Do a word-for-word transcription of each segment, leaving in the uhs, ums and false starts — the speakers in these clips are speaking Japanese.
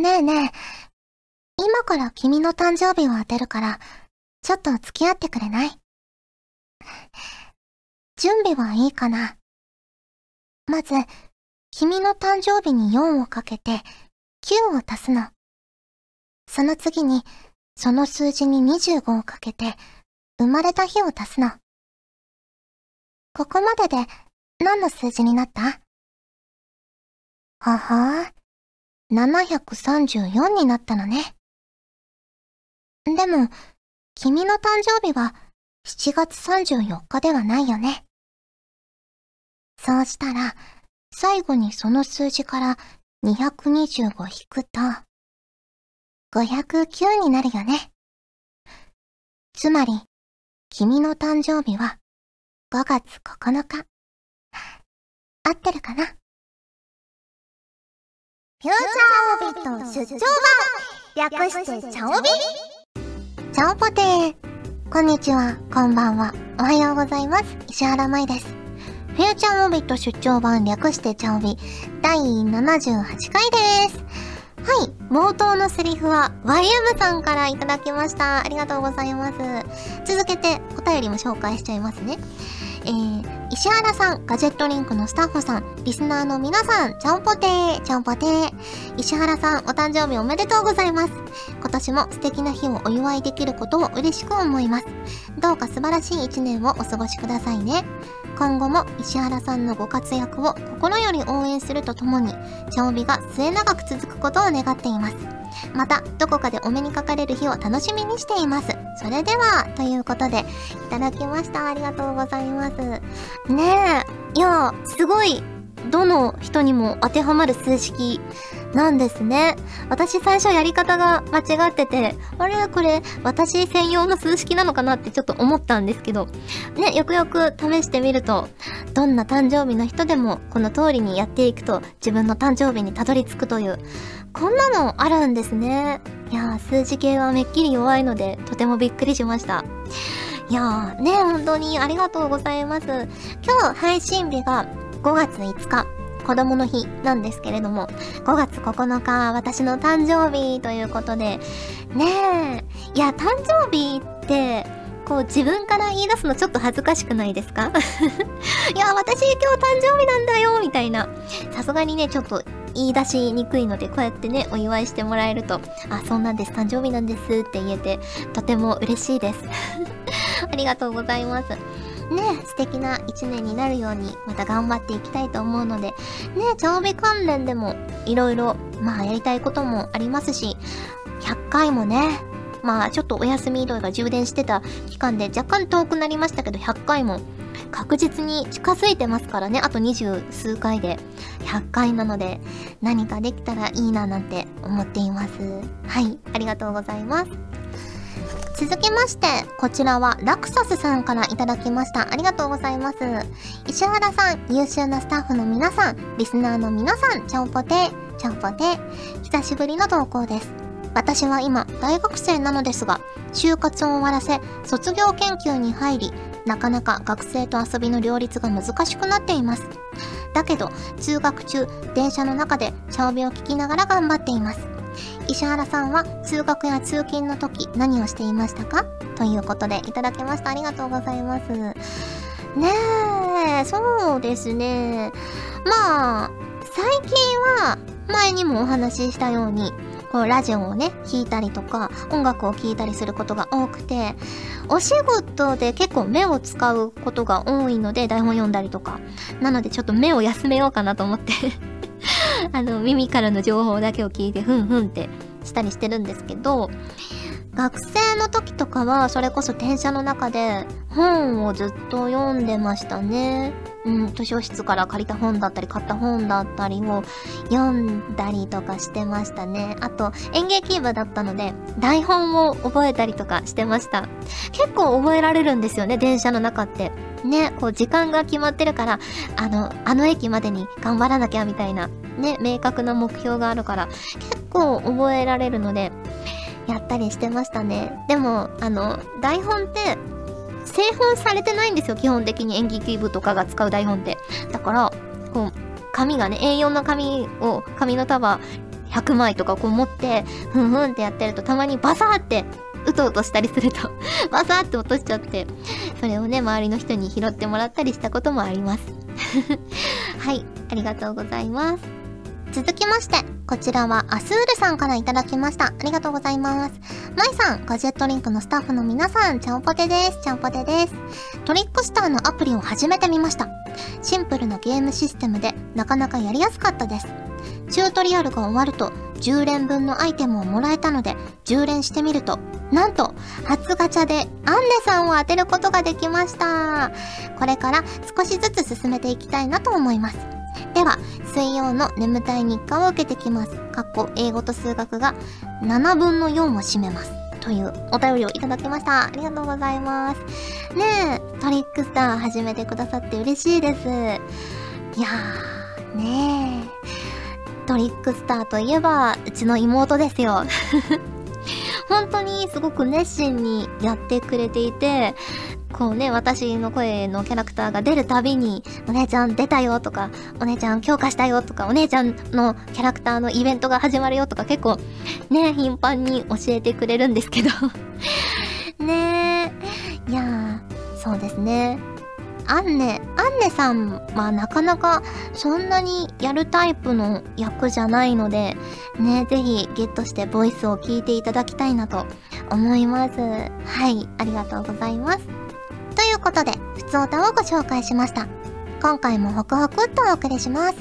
ねえねえ、今から君の誕生日を当てるから、ちょっと付き合ってくれない？準備はいいかな？まず、君の誕生日によんをかけて、きゅうを足すの。その次に、その数字ににじゅうごをかけて、生まれた日を足すの。ここまでで何の数字になった？ははぁ、ななひゃくさんじゅうよんになったのね。でも、君の誕生日はしちがつさんじゅうよっかではないよね。そうしたら、最後にその数字からにひゃくにじゅうご引くと、ごひゃくきゅうになるよね。つまり、君の誕生日はごがつここのか。合ってるかな？ フューチャーオビット出張版、略してチャオビ。 チャオポテー。こんにちは、こんばんは、おはようございます。石原舞です。フューチャーオビット出張版、略してチャオビだいななじゅうはちかいです。はい、冒頭のセリフは ワイエム さんからいただきました。ありがとうございます。続けてお便りも紹介しちゃいますね。えー、石原さん、ガジェットリンクのスタッフさん、リスナーの皆さん、ちゃんぽてー、ちゃんぽてー。石原さん、お誕生日おめでとうございます。今年も素敵な日をお祝いできることを嬉しく思います。どうか素晴らしい一年をお過ごしくださいね。今後も石原さんのご活躍を心より応援するとともに、チャオビが末永く続くことを願っています。また、どこかでお目にかかれる日を楽しみにしています。それでは、ということで、いただきました。ありがとうございます。ねえ、いや、すごい、どの人にも当てはまる数式なんですね。私最初やり方が間違ってて、あれこれ私専用の数式なのかなってちょっと思ったんですけど、ね、よくよく試してみると、どんな誕生日の人でもこの通りにやっていくと自分の誕生日にたどり着くという、こんなのあるんですね。いやー、数字系はめっきり弱いのでとてもびっくりしました。いやーね、本当にありがとうございます。今日配信日がごがついつか、子供の日なんですけれども、ごがつここのか、私の誕生日ということで、ねえ、いや、誕生日って、こう自分から言い出すのちょっと恥ずかしくないですか？いや、私今日誕生日なんだよみたいな。さすがにね、ちょっと言い出しにくいので、こうやってね、お祝いしてもらえると、あ、そうなんです、誕生日なんですって言えて、とても嬉しいです。ありがとうございます。ね、素敵な一年になるようにまた頑張っていきたいと思うので、ね、チャオビ関連でもいろいろ、まあやりたいこともありますし、ひゃっかいもね、まあちょっとお休み移動が充電してた期間で若干遠くなりましたけど、ひゃっかいも確実に近づいてますからね。あと二十数回でひゃっかいなので、何かできたらいいななんて思っています。はい、ありがとうございます。続きまして、こちらはラクサスさんからいただきました。ありがとうございます。石原さん、優秀なスタッフの皆さん、リスナーの皆さん、ちゃんぽてー、ちゃんぽてー。久しぶりの投稿です。私は今、大学生なのですが、就活を終わらせ、卒業研究に入り、なかなか学生と遊びの両立が難しくなっています。だけど、通学中、電車の中でチャオビを聞きながら頑張っています。石原さんは通学や通勤の時何をしていましたか？ということでいただきました。ありがとうございます。ねえ、そうですね。まあ、最近は前にもお話ししたように、こうラジオをね、聞いたりとか音楽を聴いたりすることが多くて、お仕事で結構目を使うことが多いので、台本読んだりとか。なのでちょっと目を休めようかなと思って。あの、耳からの情報だけを聞いて、ふんふんってしたりしてるんですけど、学生の時とかは、それこそ電車の中で本をずっと読んでましたね。うん、図書室から借りた本だったり、買った本だったりを読んだりとかしてましたね。あと、演劇部だったので、台本を覚えたりとかしてました。結構覚えられるんですよね、電車の中って。ね、こう時間が決まってるから、あの、あの駅までに頑張らなきゃみたいな、ね、明確な目標があるから、結構覚えられるので、やったりしてましたね。でも、あの、台本って、製本されてないんですよ、基本的に演劇部とかが使う台本って。だから、こう、紙がね、エーよん の紙を、紙の束ひゃくまいとかこう持って、ふんふんってやってるとたまにバサーって、うとうとしたりすると、バサーって落としちゃって、それをね、周りの人に拾ってもらったりしたこともあります。はい、ありがとうございます。続きまして、こちらはアスールさんからいただきました。ありがとうございます。まいさん、ガジェットリンクのスタッフの皆さん、ちゃんぽてです。ちゃんぽてです。トリックスターのアプリを始めてみました。シンプルなゲームシステムでなかなかやりやすかったです。チュートリアルが終わるとじゅうれんぶんのアイテムをもらえたのでじゅうれんしてみると、なんと初ガチャでアンネさんを当てることができました。これから少しずつ進めていきたいなと思います。では水曜の眠たい日課を受けてきます。かっこ英語と数学がななぶんのよんを占めますというお便りをいただきました。ありがとうございます。ねえ、トリックスター始めてくださって嬉しいです。いやーねえ、トリックスターといえばうちの妹ですよ。本当にすごく熱心にやってくれていて、こうね、私の声のキャラクターが出るたびに、お姉ちゃん出たよとか、お姉ちゃん強化したよとか、お姉ちゃんのキャラクターのイベントが始まるよとか、結構ね、頻繁に教えてくれるんですけど。ねえ。いやー、そうですね。アンネ、アンネさんはなかなかそんなにやるタイプの役じゃないので、ね、ぜひゲットしてボイスを聞いていただきたいなと思います。はい、ありがとうございます。ということで、ふつおたをご紹介しました。今回もホクホクっとお送りします。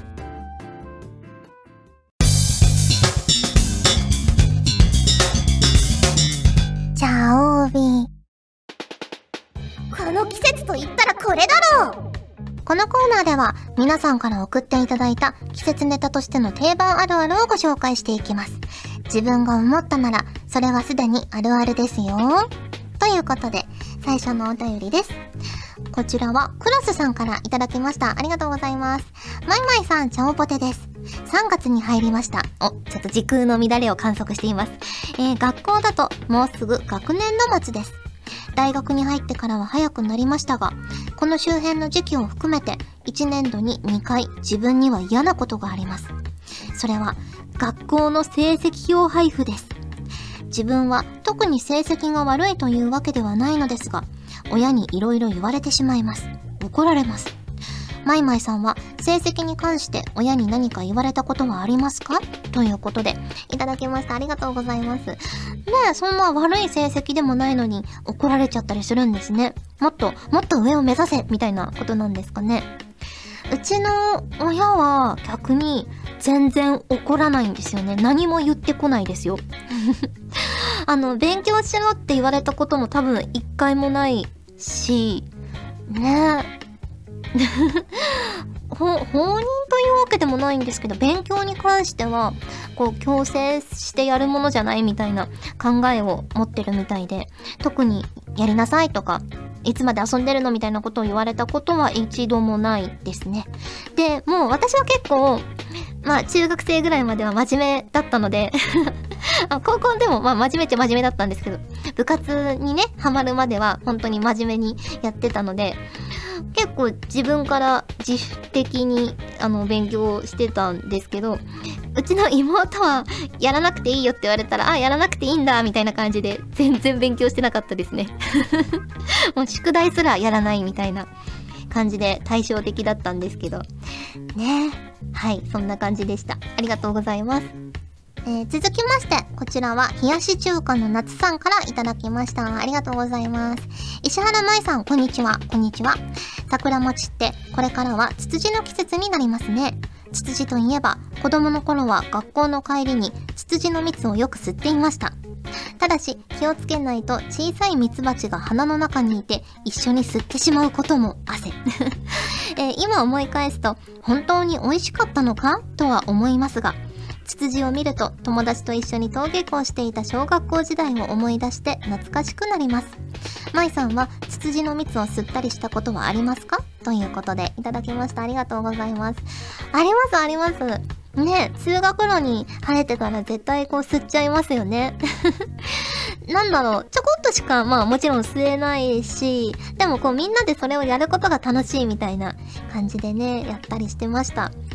チャオビ。 この季節と言ったらこれだろう。 このコーナーでは皆さんから送っていただいた季節ネタとしての定番あるあるをご紹介していきます。自分が思ったならそれはすでにあるあるですよ。ということで最初のお便りです。こちらはクロスさんからいただきました。ありがとうございます。マイマイさん、ちゃおぽてです。さんがつに入りました。お、ちょっと時空の乱れを観測しています。えー、学校だともうすぐ学年度末です。大学に入ってからは早くなりましたが、この周辺の時期を含めていちねんどににかい自分には嫌なことがあります。それは学校の成績表配布です。自分は特に成績が悪いというわけではないのですが、親に色々言われてしまいます。怒られます。マイマイさんは成績に関して親に何か言われたことはありますか？ということでいただきました。ありがとうございます。ねえ、そんな悪い成績でもないのに怒られちゃったりするんですね。もっともっと上を目指せみたいなことなんですかね。うちの親は逆に全然怒らないんですよね。何も言ってこないですよ。あの勉強しろって言われたことも多分一回もないしねえ。ほ、放任というわけでもないんですけど、勉強に関してはこう強制してやるものじゃないみたいな考えを持ってるみたいで、特にやりなさいとかいつまで遊んでるのみたいなことを言われたことは一度もないですね。で、もう私は結構まあ中学生ぐらいまでは真面目だったので高校でもまあ真面目っちゃ真面目だったんですけど、部活にねハマるまでは本当に真面目にやってたので、結構自分から自主的にあの勉強してたんですけど、うちの妹はやらなくていいよって言われたら、あ、やらなくていいんだみたいな感じで全然勉強してなかったですね。もう宿題すらやらないみたいな感じで対照的だったんですけどね。はい、そんな感じでした。ありがとうございます。えー、続きまして、こちらは冷やし中華の夏さんからいただきました。ありがとうございます。石原舞さん、こんにちは。こんにちは。桜餅ってこれからはツツジの季節になりますね。ツツジといえば子供の頃は学校の帰りにツツジの蜜をよく吸っていました。ただし気をつけないと小さいミツバチが鼻の中にいて一緒に吸ってしまうことも汗、えー、今思い返すと本当に美味しかったのかとは思いますが、ツツジを見ると友達と一緒に登下校していた小学校時代を思い出して懐かしくなります。まいさんはツツジの蜜を吸ったりしたことはありますか？ということでいただきました。ありがとうございます。ありますありますね。通学路に晴れてたら絶対こう吸っちゃいますよね。なんだろう、ちょこっとしかまあもちろん吸えないし、でもこうみんなでそれをやることが楽しいみたいな感じでね、やったりしてました。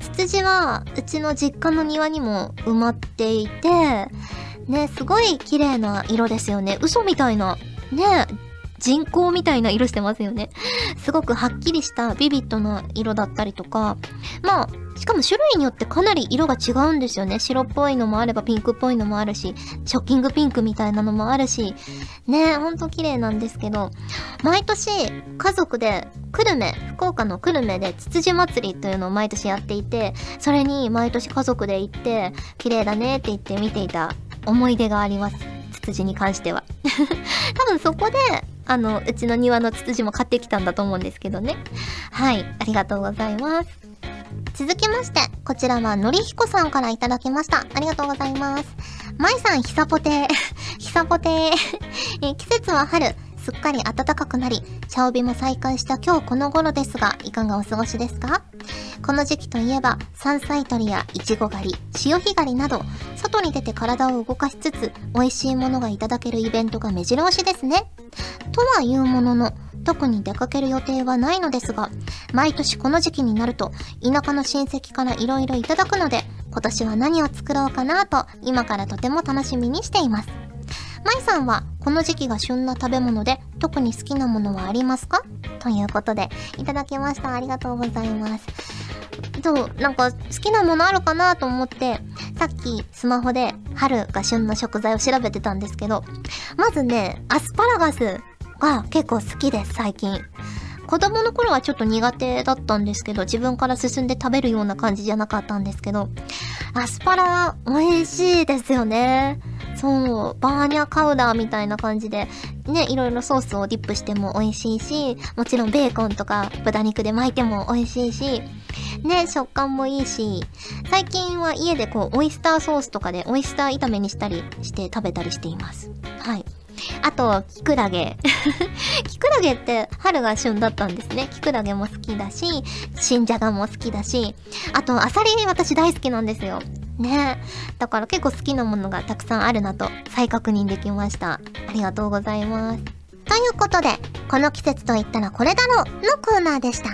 ツツジはうちの実家の庭にも埋まっていて、ね、すごい綺麗な色ですよね。嘘みたいな、ね、人工みたいな色してますよね。すごくはっきりしたビビッドな色だったりとか、まあ、しかも種類によってかなり色が違うんですよね。白っぽいのもあればピンクっぽいのもあるし、ショッキングピンクみたいなのもあるし、ね、ほんと綺麗なんですけど、毎年家族で久留米、福岡の久留米でツツジ祭りというのを毎年やっていて、それに毎年家族で行って、綺麗だねって言って見ていた思い出があります。ツツジに関しては。多分そこで、あの、うちの庭のツツジも買ってきたんだと思うんですけどね。はい、ありがとうございます。続きまして、こちらはのりひこさんからいただきました。ありがとうございます。まいさん、ひさぽてー。ひさぽてー。え季節は春。すっかり暖かくなり、茶帯も再開した今日この頃ですが、いかがお過ごしですか？この時期といえば、山菜採りやいちご狩り、潮干狩りなど、外に出て体を動かしつつ、美味しいものがいただけるイベントが目白押しですね。とはいうものの、特に出かける予定はないのですが、毎年この時期になると、田舎の親戚から色々いただくので、今年は何を作ろうかなと、今からとても楽しみにしています。まいさんはこの時期が旬な食べ物で特に好きなものはありますか？ということでいただきました。ありがとうございます。どうなんか好きなものあるかなと思ってさっきスマホで春が旬の食材を調べてたんですけど、まずねアスパラガスが結構好きです。最近子供の頃はちょっと苦手だったんですけど、自分から進んで食べるような感じじゃなかったんですけど、アスパラ美味しいですよね。そう、バーニャカウダーみたいな感じで、ね、いろいろソースをディップしても美味しいし、もちろんベーコンとか豚肉で巻いても美味しいし、ね、食感もいいし、最近は家でこう、オイスターソースとかでオイスター炒めにしたりして食べたりしています。はい。あと、キクラゲ。キクラゲって春が旬だったんですね。キクラゲも好きだし、新じゃがも好きだし、あと、アサリ私大好きなんですよ。ねえ。だから結構好きなものがたくさんあるなと再確認できました。ありがとうございます。ということで、この季節といったらこれだろうのコーナーでした。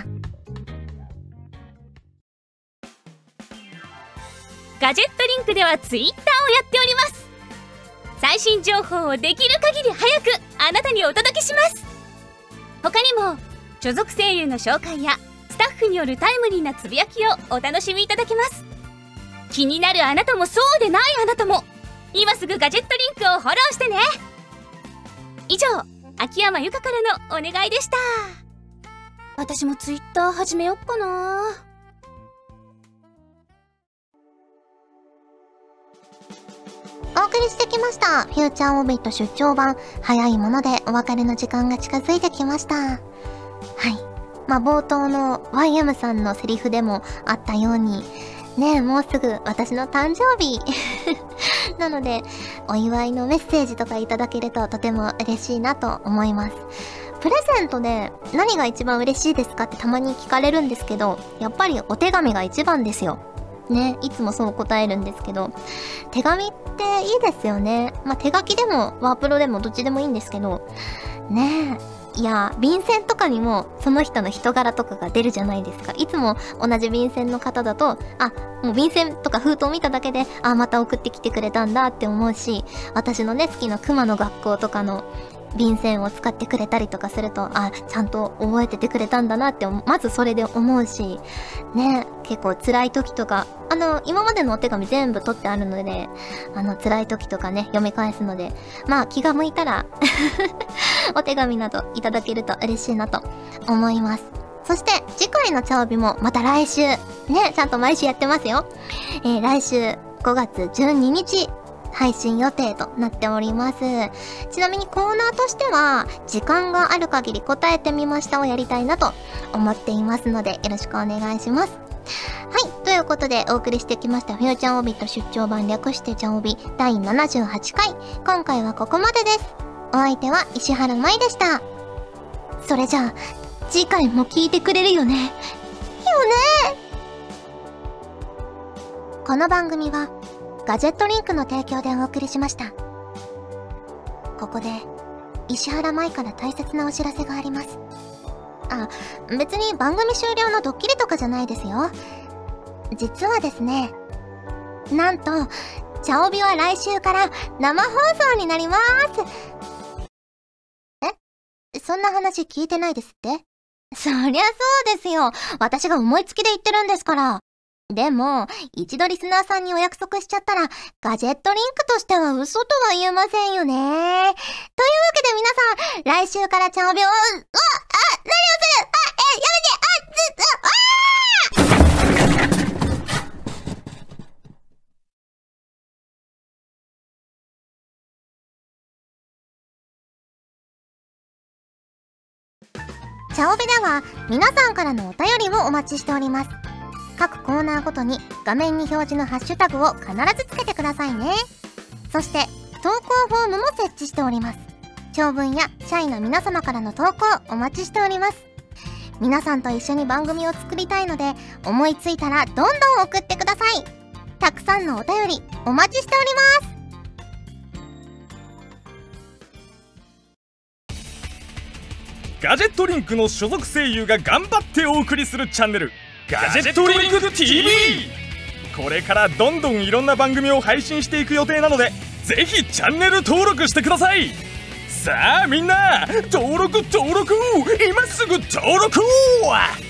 ガジェットリンクではツイッターをやっております。最新情報をできる限り早くあなたにお届けします。他にも所属声優の紹介やスタッフによるタイムリーなつぶやきをお楽しみいただけます。気になるあなたもそうでないあなたも今すぐガジェットリンクをフォローしてね。以上、秋山由佳からのお願いでした。私もツイッター始めよっかな。 お送りしてきましたフューチャーオビット出張版。早いものでお別れの時間が近づいてきました。はい。まあ冒頭の ワイエム さんのセリフでもあったように、ねえ、もうすぐ私の誕生日なので、お祝いのメッセージとかいただけるととても嬉しいなと思います。プレゼントで何が一番嬉しいですかってたまに聞かれるんですけど、やっぱりお手紙が一番ですよ。ね、いつもそう答えるんですけど、手紙っていいですよね。まあ、手書きでもワープロでもどっちでもいいんですけど、ねえ。いや、便箋とかにもその人の人柄とかが出るじゃないですか。いつも同じ便箋の方だと、あ、もう便箋とか封筒見ただけで、あ、また送ってきてくれたんだって思うし、私のね、好きな熊の学校とかの便箋を使ってくれたりとかすると、あ、ちゃんと覚えててくれたんだなって、まずそれで思うし、ね、結構辛い時とか、あの、今までのお手紙全部取ってあるので、あの、辛い時とかね、読み返すので、まあ気が向いたら、お手紙などいただけると嬉しいなと思います。そして次回の茶帯もまた来週、ね、ちゃんと毎週やってますよ。えー、来週ごがつじゅうににち、配信予定となっております。ちなみにコーナーとしては、時間がある限り答えてみましたをやりたいなと思っていますので、よろしくお願いします。はい。ということで、お送りしてきました、フューチャーオビット出張版略して茶帯だいななじゅうはちかい。今回はここまでです。お相手は石原舞でした。それじゃあ、次回も聞いてくれるよね。よねこの番組は、ガジェットリンクの提供でお送りしました。ここで、石原舞から大切なお知らせがあります。あ、別に番組終了のドッキリとかじゃないですよ。 実はですね、なんと、チャオビは来週から生放送になります。え？そんな話聞いてないですって？そりゃそうですよ。私が思いつきで言ってるんですから。でも、一度リスナーさんにお約束しちゃったら、ガジェットリンクとしては嘘とは言えませんよね。というわけで皆さん、来週からチャオビを、うわ、あ、何をする、あ、え、やめて、あ、ず、あ、チャオベでは皆さんからのお便りをお待ちしております。各コーナーごとに画面に表示のハッシュタグを必ずつけてくださいね。そして投稿フォームも設置しております。長文や社員の皆様からの投稿お待ちしております。皆さんと一緒に番組を作りたいので、思いついたらどんどん送ってください。たくさんのお便りお待ちしております。 ガジェットリンクの所属声優が頑張ってお送りするチャンネル、ガジェットリンク ティーブイ。 これからどんどんいろんな番組を配信していく予定なので、ぜひチャンネル登録してください。さあみんな、登録登録、今すぐ登録。